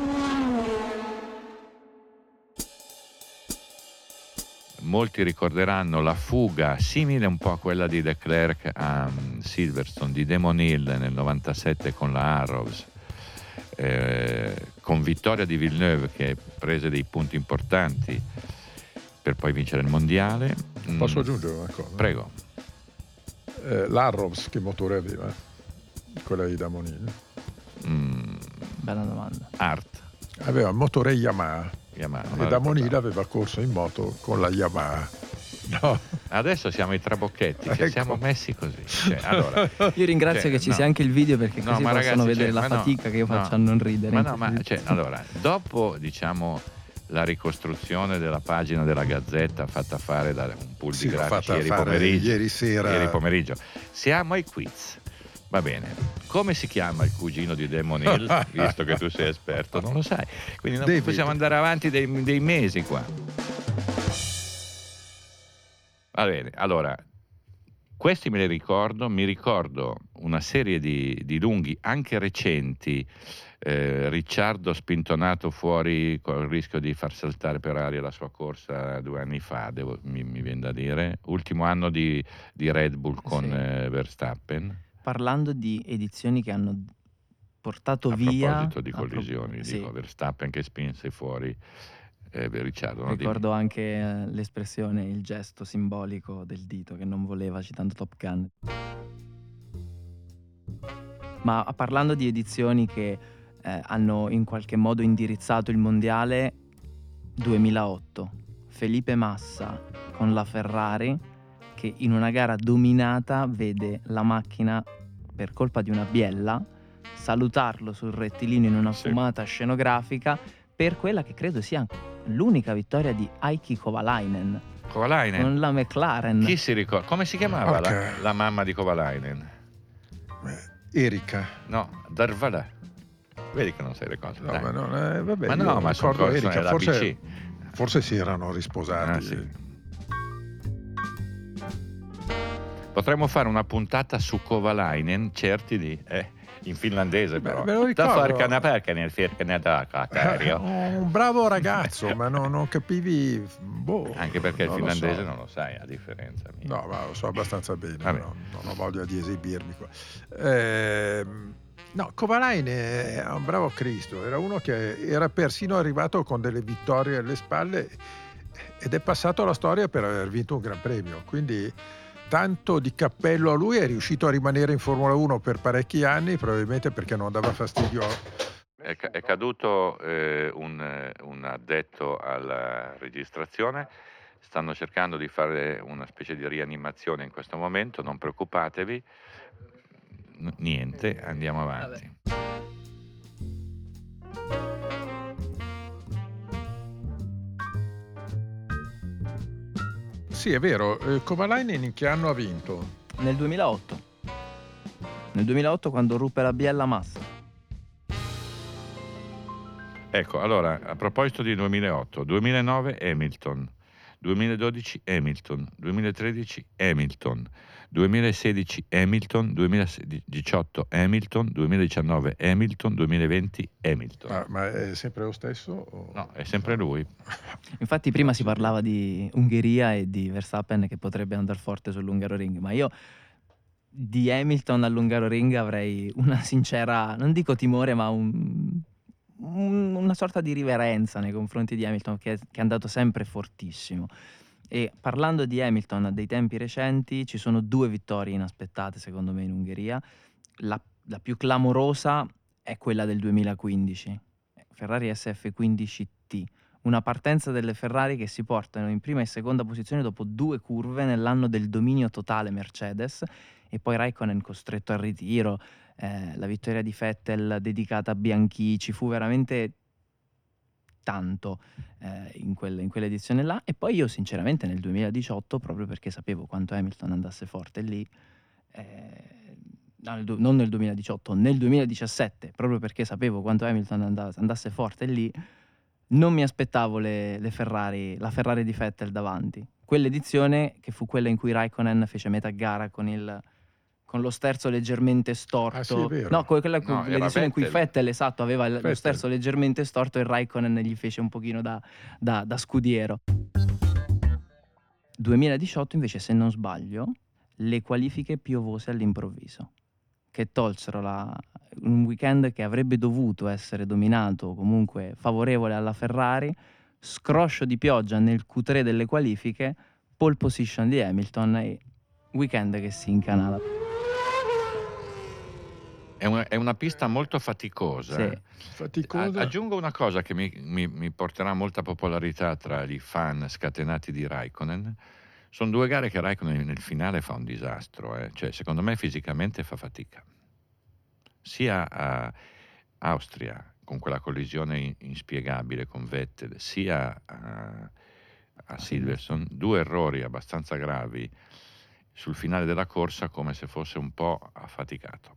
Molti ricorderanno la fuga simile un po' a quella di Leclerc a um, Silverstone di Damon Hill nel novantasette con la Arrows, eh, con vittoria di Villeneuve che prese dei punti importanti per poi vincere il mondiale. Posso Mm, aggiungere una cosa? Prego. Eh, L'Arrows che motore aveva? Quella di Damonil. Mm, Bella domanda. Art. Aveva il motore Yamaha Yamaha, non e la Damonil ricordavo. aveva corso in moto con la Yamaha. No. Adesso siamo i trabocchetti, ci Ecco. siamo messi così. Cioè, allora, Io ringrazio Cioè, che ci no. sia anche il video, perché No, così ma possono ragazzi, vedere cioè, la ma no, fatica che io no. faccio a non ridere. Ma in no, ma questi cioè, video. allora, dopo diciamo la ricostruzione della pagina della Gazzetta fatta fare da un pool Sì, di l'ho grafici fatta ieri fare pomeriggio, ieri sera. ieri pomeriggio, siamo ai quiz. Va bene, come si chiama il cugino di Damon Hill? Visto che tu sei esperto, non lo sai. Quindi non David. possiamo andare avanti dei, dei mesi qua. Va bene, allora, questi me li ricordo, mi ricordo una serie di, di lunghi, anche recenti, eh, Ricciardo spintonato fuori con il rischio di far saltare per aria la sua corsa due anni fa, devo- mi, mi viene da dire, ultimo anno di, di Red Bull con Sì. eh, Verstappen. Parlando di edizioni che hanno portato A via... proposito di a pro- collisioni, sì. dico Verstappen che spinse fuori eh, Ricciardo. no? Ricordo anche eh, l'espressione, il gesto simbolico del dito che non voleva, citando Top Gun. Ma parlando di edizioni che eh, hanno in qualche modo indirizzato il mondiale, duemilaotto, Felipe Massa con la Ferrari che in una gara dominata vede la macchina, per colpa di una biella, salutarlo sul rettilineo in una Sì. fumata scenografica per quella che credo sia l'unica vittoria di Heikki Kovalainen Kovalainen. con la McLaren. Chi si ricorda? Come si chiamava la, Ok. la mamma di Kovalainen? Eh, Erika. No, Darvala. Vedi che non sai le cose. No, dai. ma non è, vabbè, Ma io no, ma sono ricordo cose- sono Erika, dell'A B C. forse, forse si erano risposati. Ah, sì. Potremmo fare una puntata su Kovalainen, certi di... Eh, in finlandese Beh, però. me lo Da ricordo. farkana perché nel firkana da Caterio. Un bravo ragazzo, ma non, non capivi. Boh, Anche perché il non lo finlandese so. non lo sai, a differenza mia. No, ma lo so abbastanza bene, Vabbè. no, non ho voglia di esibirmi qua. Ehm, no, Kovalainen è un bravo Cristo, era uno che era persino arrivato con delle vittorie alle spalle ed è passato alla storia per aver vinto un gran premio, quindi tanto di cappello a lui, è riuscito a rimanere in Formula uno per parecchi anni, probabilmente perché non dava fastidio. È, ca- è caduto eh, un, eh, un addetto alla registrazione. Stanno cercando di fare una specie di rianimazione in questo momento, non preoccupatevi. N- niente, andiamo avanti. Sì, è vero, eh, Kovalainen in che anno ha vinto? Nel duemilaotto. Nel duemilaotto, quando ruppe la biella Massa. Ecco, allora, a proposito di duemilaotto, duemilanove Hamilton, duemiladodici Hamilton, duemilatredici Hamilton, duemilasedici Hamilton, duemiladiciotto Hamilton, duemiladiciannove Hamilton, duemilaventi Hamilton. Ma, ma è sempre lo stesso? o- No, è sempre lui. Infatti prima si Sì. parlava di Ungheria e di Verstappen che potrebbe andare forte sull'Hungaroring, ma io di Hamilton all'Hungaroring avrei una sincera, non dico timore, ma un- un- una sorta di riverenza nei confronti di Hamilton, che è, che è andato sempre fortissimo. E parlando di Hamilton dei tempi recenti, ci sono due vittorie inaspettate secondo me in Ungheria. La, la più clamorosa è quella del duemilaquindici, Ferrari S F quindici T, una partenza delle Ferrari che si portano in prima e seconda posizione dopo due curve nell'anno del dominio totale Mercedes, e poi Raikkonen costretto al ritiro, eh, la vittoria di Vettel dedicata a Bianchi, ci fu veramente tanto eh, in, quel, in quell'edizione là. E poi io sinceramente nel duemiladiciotto, proprio perché sapevo quanto Hamilton andasse forte lì, eh, no, nel du- non nel duemiladiciotto, nel duemiladiciassette, proprio perché sapevo quanto Hamilton anda- andasse forte lì, non mi aspettavo le, le Ferrari, la Ferrari di Vettel davanti. Quell'edizione, che fu quella in cui Raikkonen fece metà gara con il con lo sterzo leggermente Ah sì, è storto. vero. No, que- quella, No, era l'edizione in cui Vettel. Vettel, esatto, aveva il- lo Vettel. sterzo leggermente storto e Raikkonen gli fece un pochino da, da- da scudiero. duemiladiciotto invece, se non sbaglio, le qualifiche piovose all'improvviso, che tolsero la- un weekend che avrebbe dovuto essere dominato, comunque favorevole alla Ferrari, scroscio di pioggia nel Q tre delle qualifiche, pole position di Hamilton e weekend che si incanala. È una, è una pista molto faticosa. Sì. A- Faticosa. aggiungo una cosa che mi, mi- mi porterà molta popolarità tra i fan scatenati di Raikkonen. Sono due gare che Raikkonen nel finale fa un disastro, eh. Cioè, secondo me fisicamente fa fatica. Sia a Austria, con quella collisione in- inspiegabile con Vettel, sia a, a Silverstone, due errori abbastanza gravi sul finale della corsa, come se fosse un po' affaticato.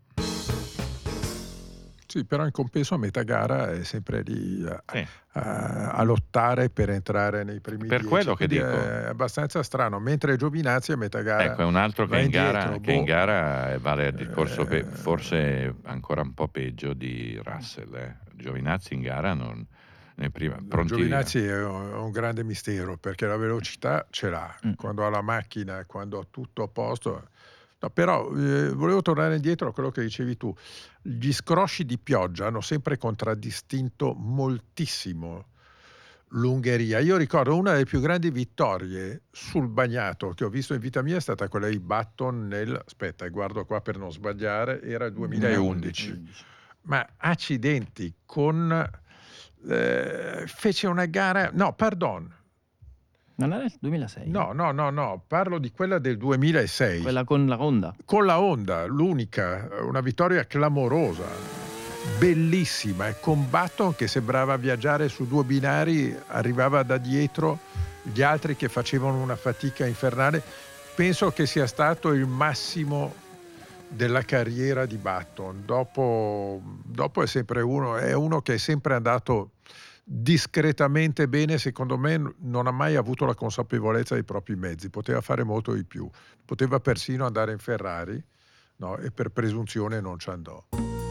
Sì, però in compenso a metà gara è sempre lì a, Sì. a- a lottare per entrare nei primi Per dieci. quello che Quindi dico. è abbastanza strano. Mentre Giovinazzi a metà gara Ecco, è un altro va che in gara, indietro, che in boh. gara vale il discorso pe- Eh, forse ancora un po' peggio di Russell. Eh. Giovinazzi in gara non ne prima, pronti via. Giovinazzi è un, è un grande mistero perché la velocità ce l'ha. Mm. Quando ha la macchina, quando ha tutto a posto. No, però eh, volevo tornare indietro a quello che dicevi tu. Gli scrosci di pioggia hanno sempre contraddistinto moltissimo l'Ungheria. Io ricordo una delle più grandi vittorie sul bagnato che ho visto in vita mia è stata quella di Button nel, aspetta, guardo qua per non sbagliare, era il duemilaundici. Ma accidenti, con eh, fece una gara, no, pardon, Non era il duemilasei? no, no, no, no, parlo di quella del duemilasei. Quella con la Honda. Con la Honda, l'unica, una vittoria clamorosa, bellissima, e con Button che sembrava viaggiare su due binari, arrivava da dietro gli altri che facevano una fatica infernale. Penso che sia stato il massimo della carriera di Button. Dopo, dopo è sempre uno, è uno che è sempre andato discretamente bene, secondo me non ha mai avuto la consapevolezza dei propri mezzi, poteva fare molto di più, poteva persino andare in Ferrari, no? E per presunzione non ci andò.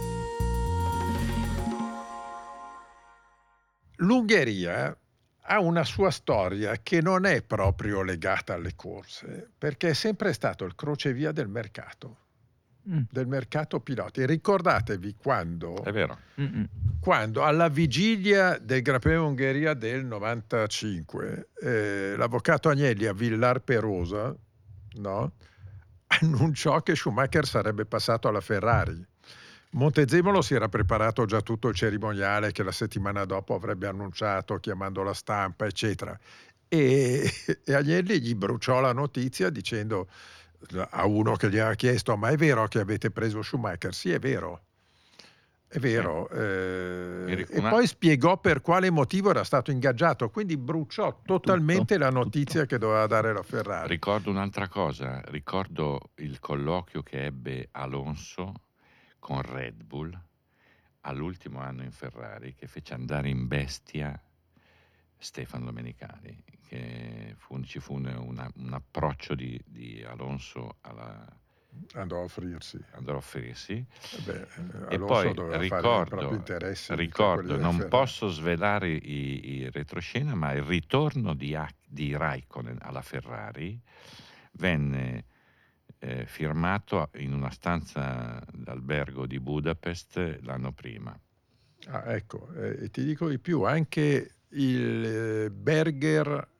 L'Ungheria ha una sua storia che non è proprio legata alle corse, perché è sempre stato il crocevia del mercato, Mm. del mercato piloti. Ricordatevi quando È vero. Mm-mm. quando alla vigilia del Gran Premio Ungheria del novantacinque eh, l'avvocato Agnelli a Villar Perosa, no, annunciò che Schumacher sarebbe passato alla Ferrari. Montezemolo si era preparato già tutto il cerimoniale che la settimana dopo avrebbe annunciato chiamando la stampa, eccetera. E, e Agnelli gli bruciò la notizia dicendo a uno che gli aveva chiesto: ma è vero che avete preso Schumacher? Sì, è vero. È vero, eh, Eri- e una- poi spiegò per quale motivo era stato ingaggiato, quindi bruciò totalmente Tutto, la notizia che doveva dare la Ferrari. Ricordo un'altra cosa, ricordo il colloquio che ebbe Alonso con Red Bull all'ultimo anno in Ferrari, che fece andare in bestia Stefano Domenicali, che fu, ci fu una- una- un approccio di, di Alonso alla, Andò a offrirsi. andò a offrirsi. Eh beh, eh, E Alonso poi doveva fare i ricordo, propri interessi, mica quelli ricordo del non Ferrari. posso svelare i, i retroscena, ma il ritorno di, Ha- di Raikkonen alla Ferrari venne eh, firmato in una stanza d'albergo di Budapest l'anno prima. Ah, ecco, eh, e ti dico di più, anche il eh, Berger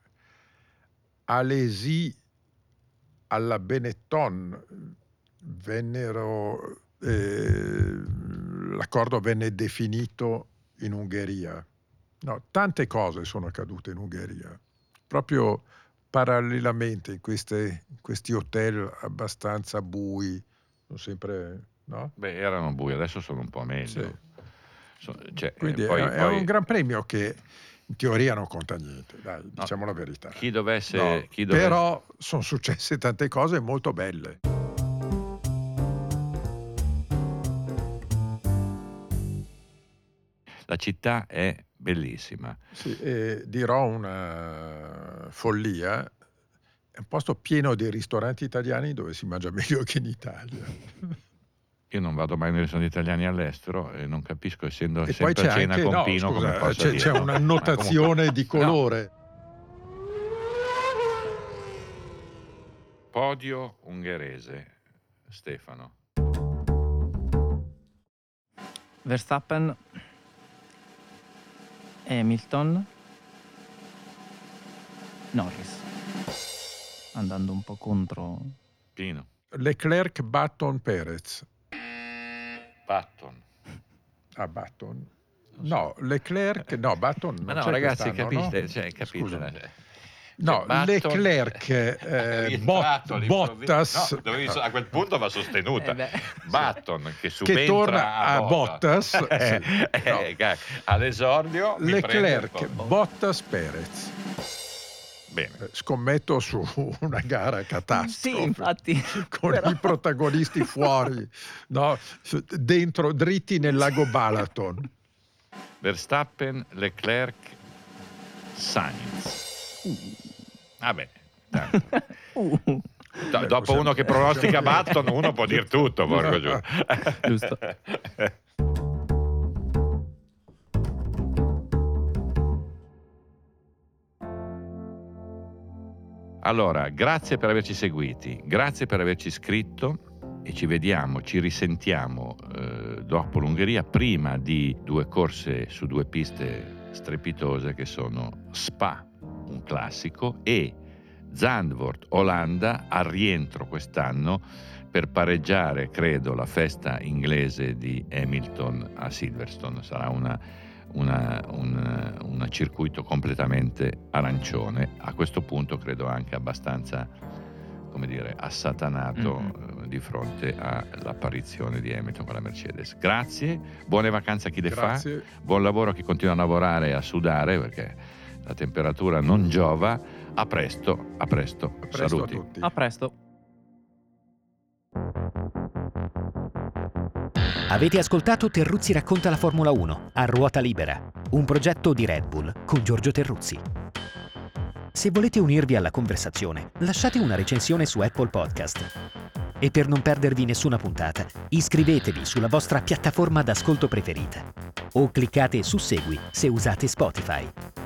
Alesi alla Benetton vennero, eh, l'accordo venne definito in Ungheria. No, tante cose sono accadute in Ungheria, proprio parallelamente in, queste, in questi hotel abbastanza bui, sono sempre, no? Beh, erano bui, adesso sono un po' meglio. Sì. So- cioè, eh, Quindi poi, è, è poi- un gran premio che in teoria non conta niente, dai, No, diciamo la verità. chi dovesse, No, chi dovesse- però sono successe tante cose molto belle. la città è bellissima. Sì, e dirò una follia, è un posto pieno di ristoranti italiani dove si mangia meglio che in Italia. Io non vado mai nei ristoranti italiani all'estero e non capisco, essendo E poi sempre c'è a cena anche, con no, Pino, come scusa, posso c'è, dire. c'è Ma un'annotazione comunque- di No. colore. Podio ungherese, Stefano. Verstappen, Hamilton, Norris. Andando un po' contro. Pino. Leclerc, Button, Perez. Button. Ah, Button? Non so. No, Leclerc, no, Button non Ma no, c'è ragazzi, quest'anno, capite? no? Cioè, capite? Scusami. Cioè, No, Button- Leclerc, è eh, rientrato Bot- all'improvviso. Bottas, No, dovevi- a quel punto va sostenuta. Eh beh. Button che subentra che torna a, a Bottas, sì, Eh, no. all'esordio mi prende il Leclerc, posto. Bottas, Perez. Bene. Eh, Scommetto su una gara catastrofe. Sì, infatti. Con però- i protagonisti fuori, no? Dentro, dritti nel lago Balaton. Verstappen, Leclerc, Sainz. Vabbè, tanto. Uh, Do- Beh, dopo possiamo- uno che pronostica possiamo- Button, uno può dire tutto, porco giù. Giusto. Allora, grazie per averci seguiti, grazie per averci scritto e ci vediamo, ci risentiamo eh, dopo l'Ungheria, prima di due corse su due piste strepitose che sono Spa, un classico, e Zandvoort, Olanda, al rientro quest'anno per pareggiare, credo, la festa inglese di Hamilton a Silverstone. Sarà una, una, un, un circuito completamente arancione, a questo punto credo anche abbastanza, come dire, assatanato Mhm. eh, di fronte all'apparizione di Hamilton con la Mercedes. Grazie, buone vacanze a chi le fa, Grazie. buon lavoro a chi continua a lavorare e a sudare perché la temperatura non giova. A presto, a presto, A presto a saluti. tutti. A presto. Avete ascoltato Terruzzi racconta la Formula uno a ruota libera, un progetto di Red Bull con Giorgio Terruzzi. Se volete unirvi alla conversazione, lasciate una recensione su Apple Podcast. E per non perdervi nessuna puntata, iscrivetevi sulla vostra piattaforma d'ascolto preferita o cliccate su Segui se usate Spotify.